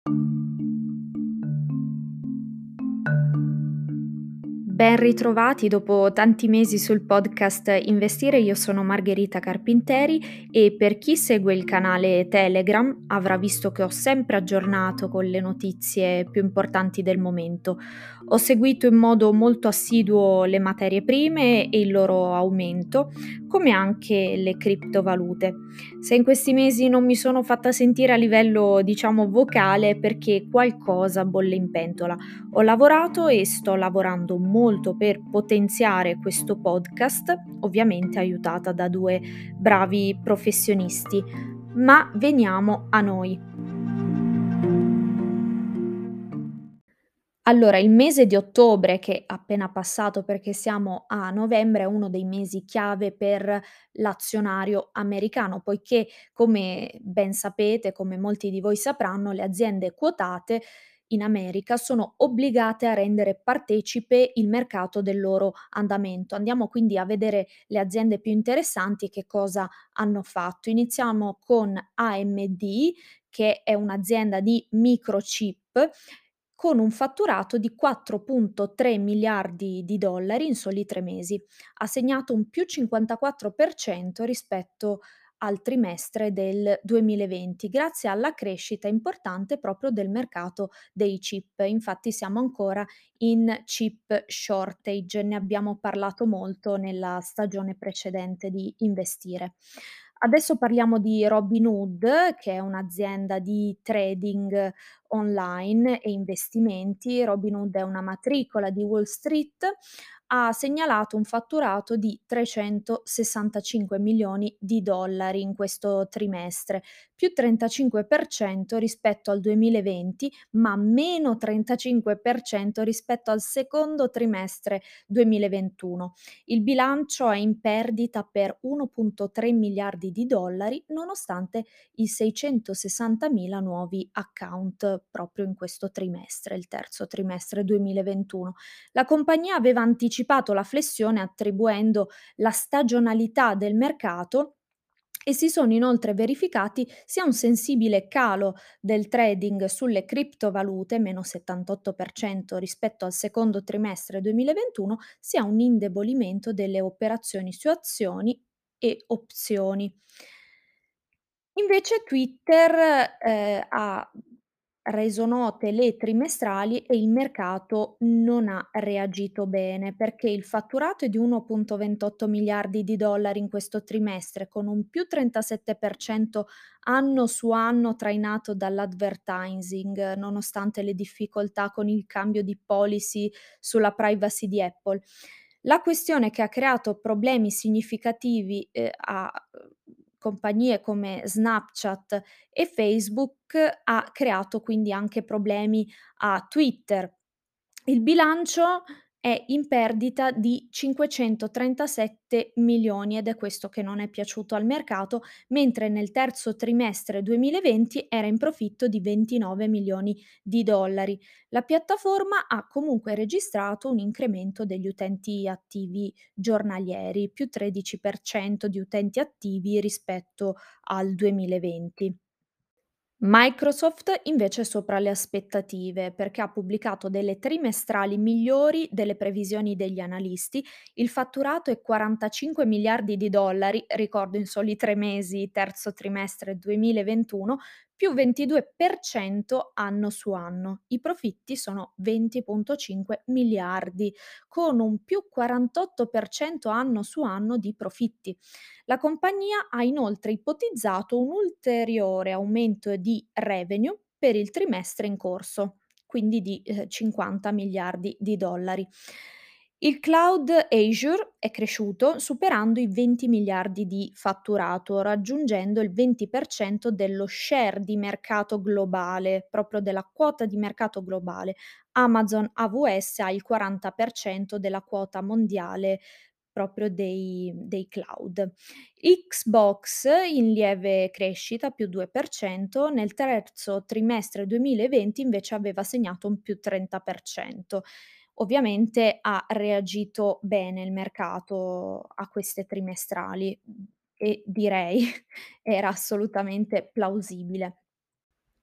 Ben ritrovati dopo tanti mesi sul podcast Investire, io sono Margherita Carpinteri e per chi segue il canale Telegram avrà visto che ho sempre aggiornato con le notizie più importanti del momento. Ho seguito in modo molto assiduo le materie prime e il loro aumento, come anche le criptovalute. Se in questi mesi non mi sono fatta sentire a livello, diciamo, vocale è perché qualcosa bolle in pentola. Ho lavorato e sto lavorando molto per potenziare questo podcast, ovviamente aiutata da due bravi professionisti. Ma veniamo a noi. Allora, il mese di ottobre, che è appena passato perché siamo a novembre, è uno dei mesi chiave per l'azionario americano, poiché, come ben sapete, come molti di voi sapranno, le aziende quotate in America sono obbligate a rendere partecipe il mercato del loro andamento. Andiamo quindi a vedere le aziende più interessanti e che cosa hanno fatto. Iniziamo con AMD, che è un'azienda di microchip con un fatturato di 4,3 miliardi di dollari in soli 3 mesi. Ha segnato un più 54% rispetto al trimestre del 2020, grazie alla crescita importante proprio del mercato dei chip. Infatti siamo ancora in chip shortage, ne abbiamo parlato molto nella stagione precedente di Investire. Adesso parliamo di Robinhood, che è un'azienda di trading online e investimenti. Robinhood è una matricola di Wall Street, ha segnalato un fatturato di 365 milioni di dollari in questo trimestre, più 35% rispetto al 2020, ma meno 35% rispetto al secondo trimestre 2021. Il bilancio è in perdita per 1,3 miliardi di dollari, nonostante i 660.000 nuovi account proprio in questo trimestre, il terzo trimestre 2021. La compagnia aveva anticipato la flessione attribuendo la stagionalità del mercato e si sono inoltre verificati sia un sensibile calo del trading sulle criptovalute, meno 78% rispetto al secondo trimestre 2021, sia un indebolimento delle operazioni su azioni e opzioni. Invece Twitter, ha reso note le trimestrali e il mercato non ha reagito bene, perché il fatturato è di 1,28 miliardi di dollari in questo trimestre, con un più 37% anno su anno trainato dall'advertising, nonostante le difficoltà con il cambio di policy sulla privacy di Apple. La questione che ha creato problemi significativi, a compagnie come Snapchat e Facebook ha creato quindi anche problemi a Twitter. Il bilancio è in perdita di 537 milioni ed è questo che non è piaciuto al mercato, mentre nel terzo trimestre 2020 era in profitto di 29 milioni di dollari. La piattaforma ha comunque registrato un incremento degli utenti attivi giornalieri, più 13% di utenti attivi rispetto al 2020. Microsoft invece è sopra le aspettative perché ha pubblicato delle trimestrali migliori delle previsioni degli analisti. Il fatturato è 45 miliardi di dollari, ricordo in soli 3 mesi, terzo trimestre 2021, più 22% anno su anno. I profitti sono 20,5 miliardi, con un più 48% anno su anno di profitti. La compagnia ha inoltre ipotizzato un ulteriore aumento di revenue per il trimestre in corso, quindi di 50 miliardi di dollari. Il cloud Azure è cresciuto superando i 20 miliardi di fatturato, raggiungendo il 20% dello share di mercato globale, proprio della quota di mercato globale. Amazon AWS ha il 40% della quota mondiale proprio dei cloud. Xbox in lieve crescita, più 2%, nel terzo trimestre 2020 invece aveva segnato un più 30%. Ovviamente ha reagito bene il mercato a queste trimestrali, e direi era assolutamente plausibile.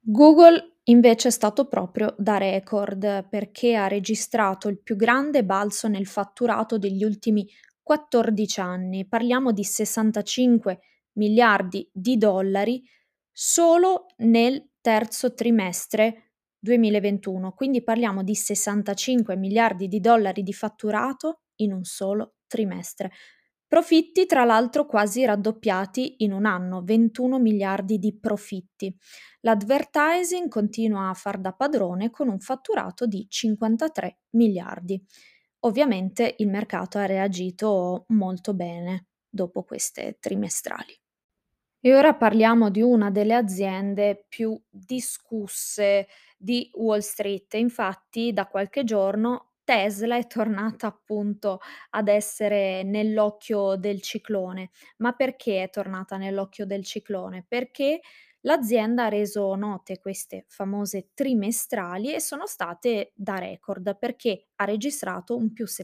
Google invece è stato proprio da record, perché ha registrato il più grande balzo nel fatturato degli ultimi 14 anni. Parliamo di 65 miliardi di dollari solo nel terzo trimestre 2021. Quindi parliamo di 65 miliardi di dollari di fatturato in un solo trimestre. Profitti tra l'altro quasi raddoppiati in un anno, 21 miliardi di profitti. L'advertising continua a far da padrone con un fatturato di 53 miliardi. Ovviamente il mercato ha reagito molto bene dopo queste trimestrali. E ora parliamo di una delle aziende più discusse di Wall Street. Infatti, da qualche giorno Tesla è tornata appunto ad essere nell'occhio del ciclone. Ma perché è tornata nell'occhio del ciclone? Perché l'azienda ha reso note queste famose trimestrali e sono state da record perché ha registrato un più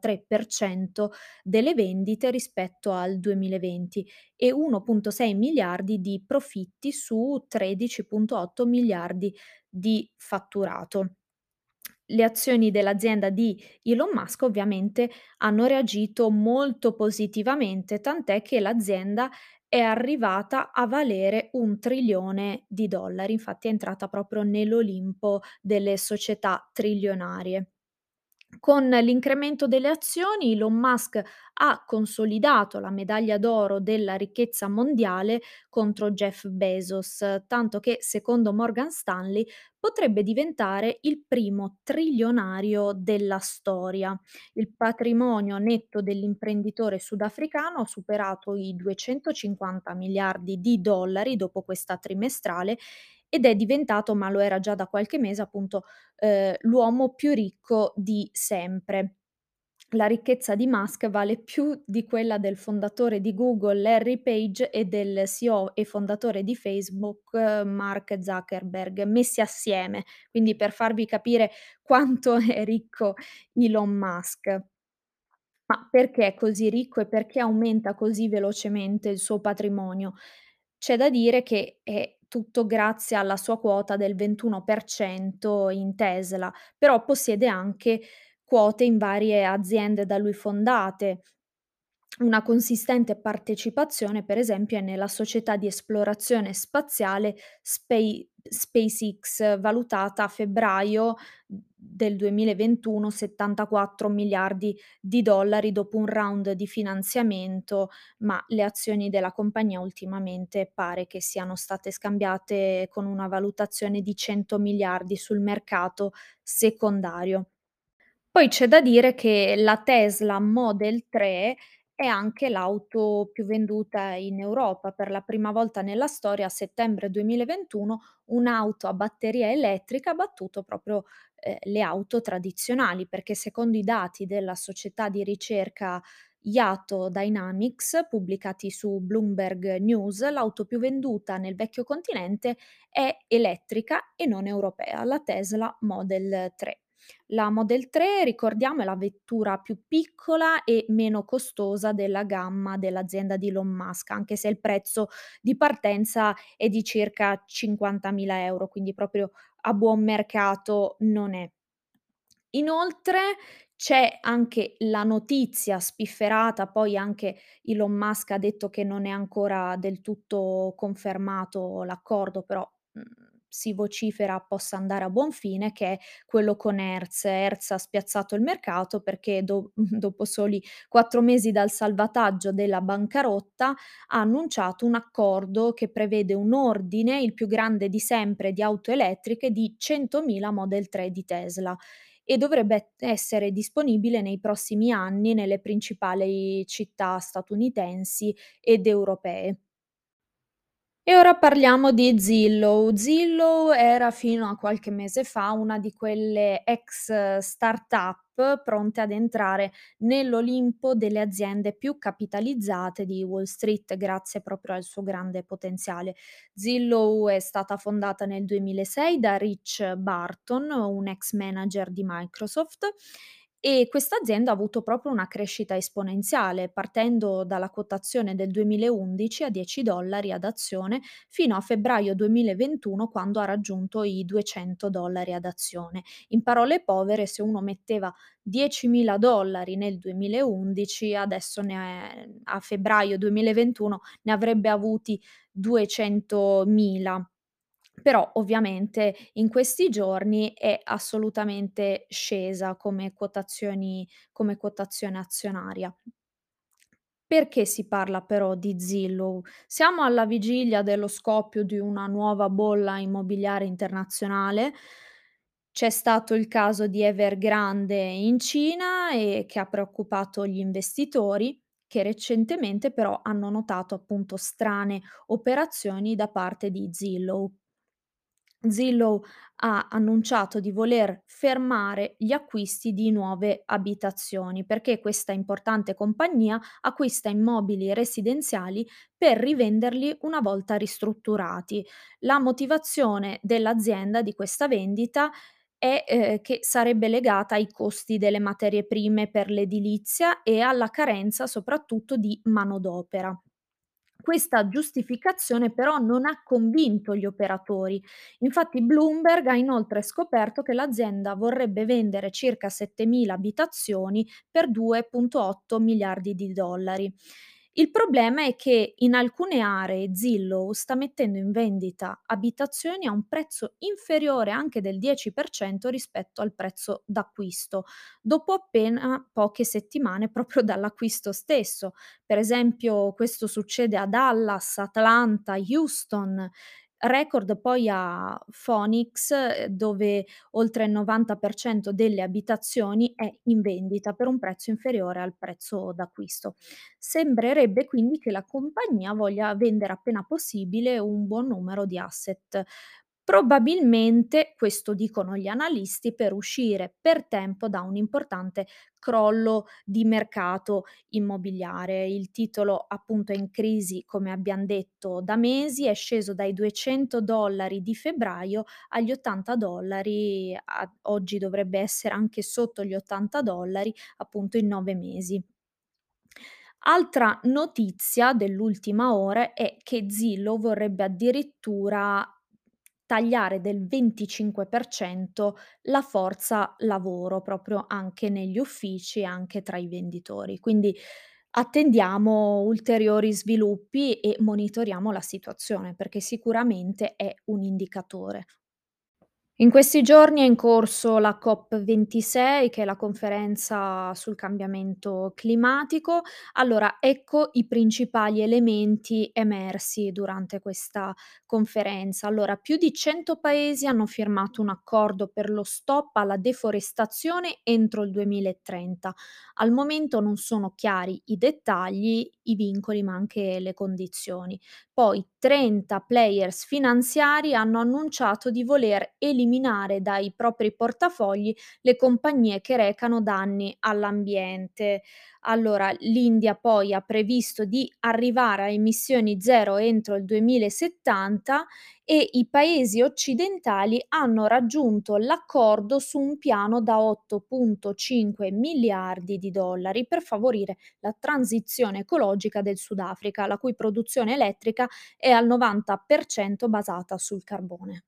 73% delle vendite rispetto al 2020 e 1,6 miliardi di profitti su 13,8 miliardi di fatturato. Le azioni dell'azienda di Elon Musk ovviamente hanno reagito molto positivamente, tant'è che l'azienda è arrivata a valere 1 trilione di dollari, infatti è entrata proprio nell'Olimpo delle società trilionarie. Con l'incremento delle azioni Elon Musk ha consolidato la medaglia d'oro della ricchezza mondiale contro Jeff Bezos, tanto che secondo Morgan Stanley potrebbe diventare il primo trilionario della storia. Il patrimonio netto dell'imprenditore sudafricano ha superato i 250 miliardi di dollari dopo questa trimestrale ed è diventato, ma lo era già da qualche mese, appunto l'uomo più ricco di sempre. La ricchezza di Musk vale più di quella del fondatore di Google Larry Page e del CEO e fondatore di Facebook Mark Zuckerberg messi assieme, quindi per farvi capire quanto è ricco Elon Musk. Ma perché è così ricco e perché aumenta così velocemente il suo patrimonio? C'è da dire che è tutto grazie alla sua quota del 21% in Tesla, però possiede anche quote in varie aziende da lui fondate. Una consistente partecipazione, per esempio, è nella società di esplorazione spaziale SpaceX, valutata a febbraio del 2021 74 miliardi di dollari dopo un round di finanziamento, ma le azioni della compagnia ultimamente pare che siano state scambiate con una valutazione di 100 miliardi sul mercato secondario. Poi c'è da dire che la Tesla Model 3 è anche l'auto più venduta in Europa. Per la prima volta nella storia, a settembre 2021, un'auto a batteria elettrica ha battuto proprio, le auto tradizionali, perché secondo i dati della società di ricerca Iato Dynamics, pubblicati su Bloomberg News, l'auto più venduta nel vecchio continente è elettrica e non europea, la Tesla Model 3. La Model 3, ricordiamo, è la vettura più piccola e meno costosa della gamma dell'azienda di Elon Musk, anche se il prezzo di partenza è di circa 50.000 €, quindi proprio a buon mercato non è. Inoltre c'è anche la notizia spifferata, poi anche Elon Musk ha detto che non è ancora del tutto confermato l'accordo, però, si vocifera possa andare a buon fine, che è quello con Hertz. Hertz ha spiazzato il mercato perché dopo soli 4 mesi dal salvataggio della bancarotta, ha annunciato un accordo che prevede un ordine, il più grande di sempre, di auto elettriche di 100.000 Model 3 di Tesla e dovrebbe essere disponibile nei prossimi anni nelle principali città statunitensi ed europee. E ora parliamo di Zillow. Zillow era fino a qualche mese fa una di quelle ex startup pronte ad entrare nell'Olimpo delle aziende più capitalizzate di Wall Street grazie proprio al suo grande potenziale. Zillow è stata fondata nel 2006 da Rich Barton, un ex manager di Microsoft e questa azienda ha avuto proprio una crescita esponenziale, partendo dalla quotazione del 2011 a $10 ad azione, fino a febbraio 2021 quando ha raggiunto i $200 ad azione. In parole povere, se uno metteva $10.000 nel 2011, adesso a febbraio 2021 ne avrebbe avuti 200.000. Però ovviamente in questi giorni è assolutamente scesa come quotazione azionaria. Perché si parla però di Zillow? Siamo alla vigilia dello scoppio di una nuova bolla immobiliare internazionale. C'è stato il caso di Evergrande in Cina e che ha preoccupato gli investitori, che recentemente però hanno notato appunto strane operazioni da parte di Zillow. Zillow ha annunciato di voler fermare gli acquisti di nuove abitazioni, perché questa importante compagnia acquista immobili residenziali per rivenderli una volta ristrutturati. La motivazione dell'azienda di questa vendita è, che sarebbe legata ai costi delle materie prime per l'edilizia e alla carenza soprattutto di manodopera. Questa giustificazione però non ha convinto gli operatori. Infatti Bloomberg ha inoltre scoperto che l'azienda vorrebbe vendere circa 7.000 abitazioni per 2,8 miliardi di dollari. Il problema è che in alcune aree Zillow sta mettendo in vendita abitazioni a un prezzo inferiore anche del 10% rispetto al prezzo d'acquisto, dopo appena poche settimane proprio dall'acquisto stesso. Per esempio questo succede a Dallas, Atlanta, Houston, record poi a Phoenix, dove oltre il 90% delle abitazioni è in vendita per un prezzo inferiore al prezzo d'acquisto. Sembrerebbe quindi che la compagnia voglia vendere appena possibile un buon numero di asset. Probabilmente, questo dicono gli analisti, per uscire per tempo da un importante crollo di mercato immobiliare. Il titolo appunto è in crisi, come abbiam detto, da mesi, è sceso dai $200 di febbraio agli $80, a oggi dovrebbe essere anche sotto gli $80 appunto in 9 mesi. Altra notizia dell'ultima ora è che Zillow vorrebbe addirittura tagliare del 25% la forza lavoro, proprio anche negli uffici e anche tra i venditori. Quindi attendiamo ulteriori sviluppi e monitoriamo la situazione, perché sicuramente è un indicatore. In questi giorni è in corso la COP26, che è la conferenza sul cambiamento climatico. Allora, ecco i principali elementi emersi durante questa conferenza. Allora, più di 100 paesi hanno firmato un accordo per lo stop alla deforestazione entro il 2030. Al momento non sono chiari i dettagli, i vincoli, ma anche le condizioni. Poi 30 players finanziari hanno annunciato di voler eliminare dai propri portafogli le compagnie che recano danni all'ambiente. Allora, l'India poi ha previsto di arrivare a emissioni zero entro il 2070 e i paesi occidentali hanno raggiunto l'accordo su un piano da 8,5 miliardi di dollari per favorire la transizione ecologica del Sudafrica, la cui produzione elettrica è al 90% basata sul carbone.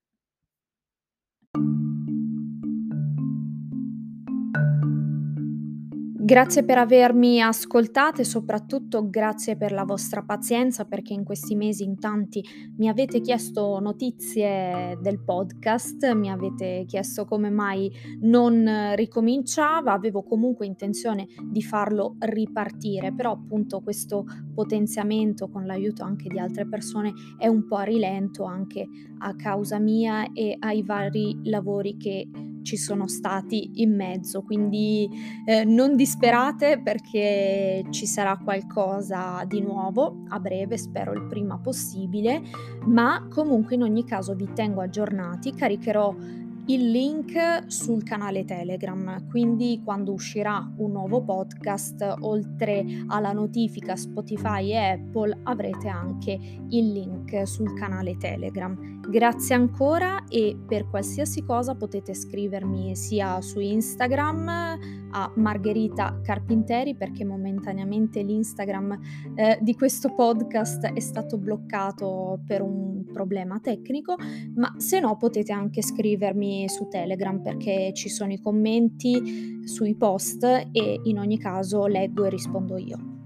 Grazie per avermi ascoltata e soprattutto grazie per la vostra pazienza, perché in questi mesi in tanti mi avete chiesto notizie del podcast, mi avete chiesto come mai non ricominciava. Avevo comunque intenzione di farlo ripartire, però appunto questo potenziamento con l'aiuto anche di altre persone è un po' a rilento anche a causa mia e ai vari lavori che ci sono stati in mezzo. Quindi non disperate, perché ci sarà qualcosa di nuovo a breve, spero il prima possibile, ma comunque in ogni caso vi tengo aggiornati. Caricherò il link sul canale Telegram, quindi quando uscirà un nuovo podcast, oltre alla notifica Spotify e Apple, avrete anche il link sul canale Telegram. Grazie ancora, e per qualsiasi cosa potete scrivermi sia su Instagram a Margherita Carpinteri, perché momentaneamente l'Instagram, di questo podcast è stato bloccato per un problema tecnico, ma se no potete anche scrivermi su Telegram perché ci sono i commenti sui post e in ogni caso leggo e rispondo io.